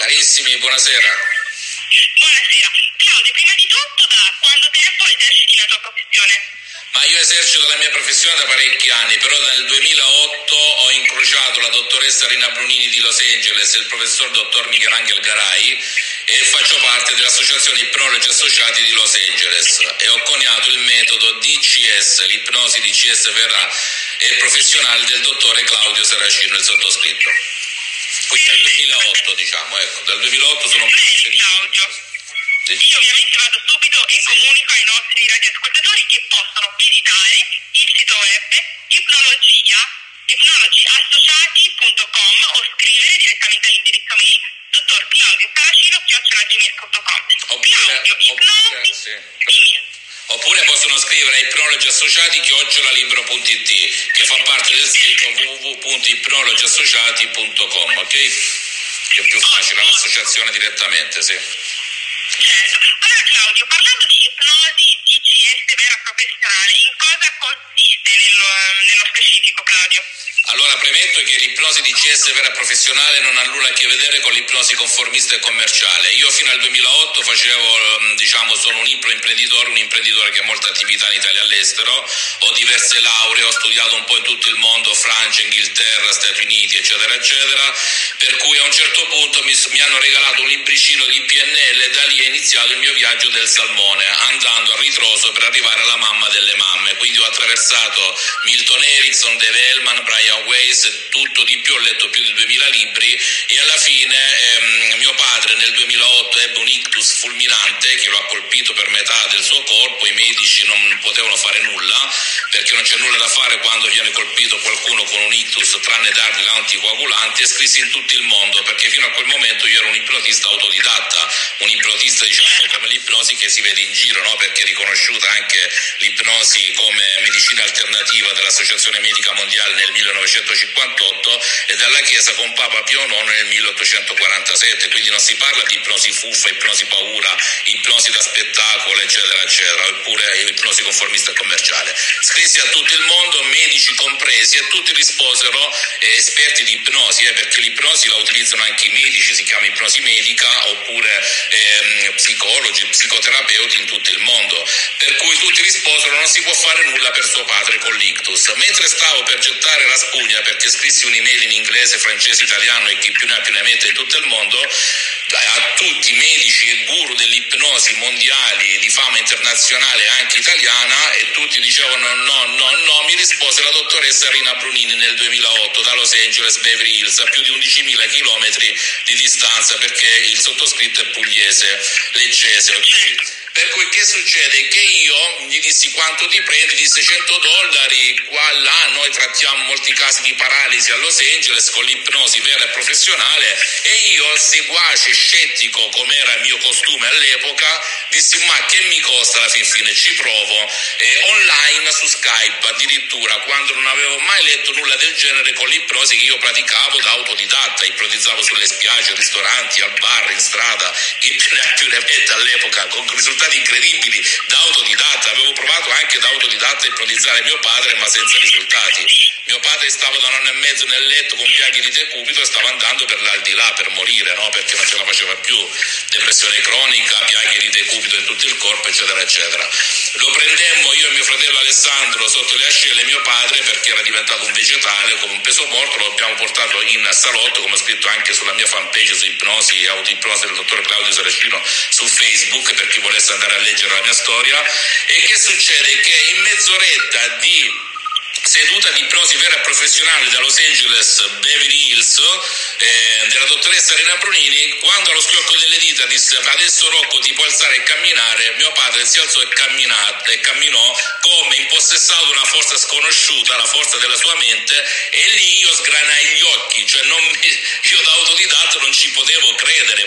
Carissimi, buonasera. Buonasera. Claudio, prima di tutto, da quanto tempo eserciti la tua professione? Ma io esercito la mia professione da parecchi anni, però nel 2008 ho incrociato la dottoressa Rina Brunini di Los Angeles e il professor dottor Michelangelo Garai e faccio parte dell'associazione Ipnologi Associati di Los Angeles e ho coniato il metodo DCS, l'ipnosi DCS vera e professionale del dottore Claudio Saracino, il sottoscritto. Quindi dal 2008, diciamo, ecco, dal 2008 sono un professionista. Claudio. Io ovviamente vado subito e comunico ai nostri radioascoltatori che possono visitare il sito web ipnologiassociati.com o scrivere direttamente all'indirizzo mail dottorclaudiosaracino@gmail.com. Oppure possono scrivere a ipnologiassociati@libero.it, che fa parte del sito www.ipnologiassociati.com, ok? Che è più facile, l'associazione direttamente, sì. Certo. Allora Claudio, parlando di ipnosi DCS vera professionale, in cosa consiste nello specifico, Claudio? Allora premetto che l'ipnosi DCS vera professionale non ha nulla a che vedere con l'ipnosi conformista e commerciale. Io fino al 2008 sono un imprenditore che ha molte attività in Italia e all'estero, ho diverse lauree, ho studiato un po' in tutto il mondo, Francia, Inghilterra, Stati Uniti, eccetera, eccetera, per cui a un certo punto mi hanno regalato un libricino di PNL e da lì è iniziato il mio viaggio del salmone, andando a ritroso per arrivare alla mamma delle mamme. Quindi ho attraversato Milton Erickson, Dave Hellman, Brian Weiss e tutto di più, ho letto più di 2000 libri e alla fine mio padre nel 2008 ebbe un ictus fulminante che lo ha colpito per metà del suo corpo, i medici non potevano fare nulla perché non c'è nulla da fare quando viene colpito qualcuno con un ictus tranne dargli l'anticoagulante, e scrissi in tutto il mondo perché fino a quel momento io ero un ipnotista autodidatta, un ipnotista come l'ipnosi che si vede in giro, no? Perché è riconosciuta anche l'ipnosi come medicina alternativa dall'Associazione Medica Mondiale nel 1958 e dalla Chiesa con Papa Pio IX nel 1847, quindi non si parla di ipnosi fuffa, ipnosi paura, ipnosi da spettacolo, eccetera, eccetera, oppure ipnosi conformista e commerciale. Scrissi a tutto il mondo, medici compresi, e tutti risposero esperti di ipnosi, perché l'ipnosi la utilizzano anche i medici, si chiama ipnosi medica, oppure psicologi, psicoterapeuti in tutto il mondo, per cui tutti risposero non si può fare nulla per suo padre con l'ictus. Mentre stavo per gettare la spugna perché scrissi un'email in inglese, francese, italiano e chi più ne ha più ne mette in tutto il mondo a tutti i medici e guru dell'ipnosi mondiali di fama internazionale anche italiana, e tutti dicevano no, mi rispose la dottoressa Rina Brunini nel 2008 da Los Angeles Beverly Hills a più di 11.000 chilometri di distanza, perché il sottoscritto è pugliese, leccese. Per cui che succede? Che io gli dissi quanto ti prendi, disse $100, qua là, noi trattiamo molti casi di paralisi a Los Angeles con l'ipnosi vera e professionale, e io seguace, scettico come era il mio costume all'epoca, dissi ma che mi costa alla fin fine, ci provo, online su Skype addirittura, quando non avevo mai letto nulla del genere, con l'ipnosi che io praticavo da autodidatta, ipnotizzavo sulle spiagge, ristoranti, al bar, in strada, chi più ne ha più ne mette all'epoca, con risultati incredibili da autodidatta. Avevo provato anche da autodidatta a ipnotizzare mio padre, ma senza risultati. Mio padre stava da 1 anno e mezzo nel letto con piaghe di decubito e stava andando per l'aldilà, per morire, no? Perché non ce la faceva più, depressione cronica, piaghe di decubito in tutto il corpo, eccetera, eccetera. Lo prendemmo io e mio fratello Alessandro sotto le ascelle mio padre, perché era diventato un vegetale con un peso morto, lo abbiamo portato in salotto, come ho scritto anche sulla mia fanpage su ipnosi, autoipnosi del dottor Claudio Saracino su Facebook, per chi volesse andare a leggere la mia storia. E che succede? Che in mezz'oretta di seduta di ipnosi vera e professionale da Los Angeles Beverly Hills della dottoressa Rina Brunini, quando allo schiocco delle dita disse adesso Rocco ti puoi alzare e camminare, mio padre si alzò e camminò come impossessato di una forza sconosciuta, la forza della sua mente, e lì io sgranai gli occhi, cioè io da autodidatta non ci potevo credere.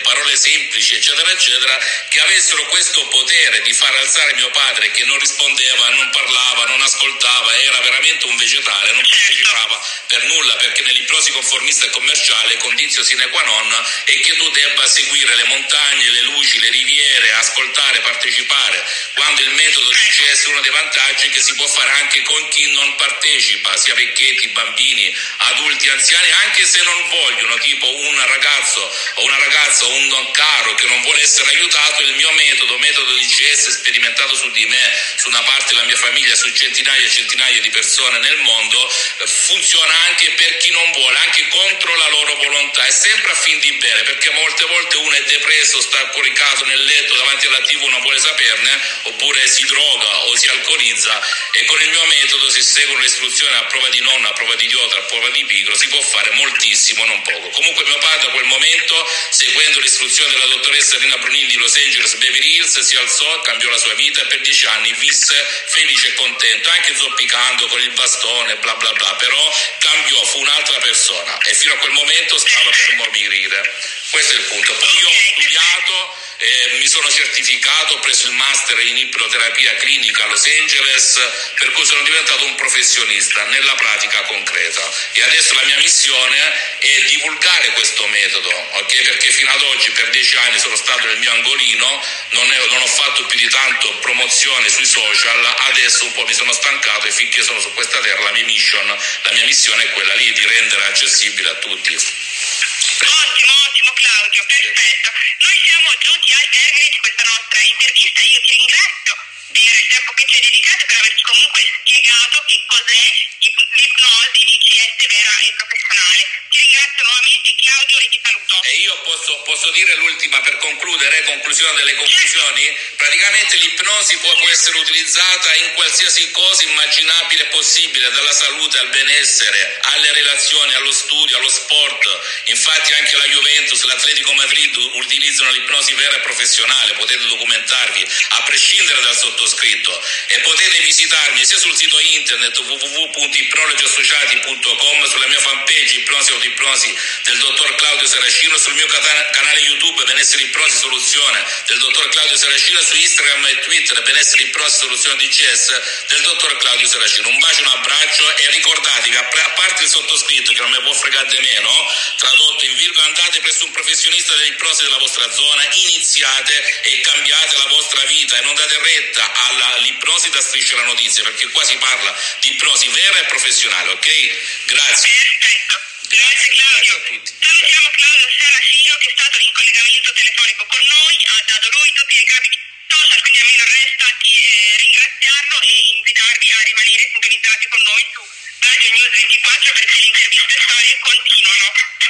parole semplici, eccetera, eccetera, che avessero questo potere di far alzare mio padre, che non rispondeva, non parlava, non ascoltava, era veramente un vegetale, non partecipava per nulla, perché nell'ipnosi conformista e commerciale condizio sine qua non è che tu debba seguire le montagne, le luci, le riviere, ascoltare, partecipare, quando il metodo DCS, uno dei vantaggi, che si può fare anche con chi non partecipa, sia vecchietti, bambini, adulti, anziani, anche se non vogliono, tipo un ragazzo o una ragazza o un caro che non vuole essere aiutato. Il mio metodo DCS sperimentato su di me, su una parte della mia famiglia, su centinaia e centinaia di persone nel mondo, funziona anche per chi non vuole, anche contro la loro volontà, è sempre a fin di bene, perché molte volte uno è depresso, sta coricato nel letto davanti alla TV, non vuole saperne, oppure si droga o si alcolizza, e con il mio metodo, se si seguono le istruzioni a prova di nonna, a prova di idiota, a prova di pigro, si può fare moltissimo, non poco. Comunque mio padre a quel momento, seguendo le istruzioni della dottoressa Rina Brunini di Los Angeles Beverly Hills, si alzò, cambiò la sua vita e per 10 anni visse felice e contento, anche zoppicando con il bastone, bla bla bla, però cambiò, fu un'altra persona e fino a quel momento stava per morire. Questo è il punto. Poi io ho studiato, mi sono certificato, ho preso il master in ipnoterapia clinica a Los Angeles, per cui sono diventato un professionista nella pratica concreta, e adesso la mia missione è divulgare questo metodo, ok? Perché fino ad oggi per 10 anni sono stato nel mio angolino, non ho fatto più di tanto promozione sui social, adesso un po' mi sono stancato e finché sono su questa terra la mia missione è quella lì di rendere accessibile a tutti. Ottimo Claudio, perfetto. Noi siamo giunti al termine di questa nostra intervista. Io ti ringrazio per il tempo che ci hai dedicato, per averci comunque spiegato che cos'è l'ipnosi DCS vera e professionale. Ti ringrazio nuovamente Claudio e ti saluto. E io posso dire l'ultima per conclusione delle conclusioni? Praticamente l'ipnosi può essere utilizzata in qualsiasi cosa immaginabile e possibile, dalla salute al benessere, alle relazioni, allo studio, allo sport. Infatti anche la Juventus, l'Atletico Madrid utilizzano l'ipnosi vera e professionale, potete documentarvi, a prescindere dal sottoscritto, e potete visitarmi sia sul sito internet www.ipnologiassociati.com, sulla mia fanpage Ipnosi Autoipnosi del dottor Claudio Saracino, sul mio canale YouTube Benessere Ipnosi Soluzione del dottor Claudio Saracino, su Instagram e Twitter Benessere Ipnosi Soluzione DCS del dottor Claudio Saracino. Un bacio, un abbraccio, e ricordatevi, a parte il sottoscritto che non mi può fregare di meno, tradotto in virgola, andate presso un professionista dell'ipnosi della vostra zona, iniziate e cambiate la vostra vita, e non date retta all'ipnosi da Striscia la Notizia, perché qua si parla di ipnosi vera e professionale, ok? Grazie. Perfetto. Grazie Claudio. Grazie a tutti. Salutiamo Claudio Saracino, che è stato in collegamento telefonico con noi, ha dato lui tutti i ricavi social, quindi a me non resta che ringraziarlo e invitarvi a rimanere sintonizzati con noi su Radio News 24, perché le interviste storie continuano.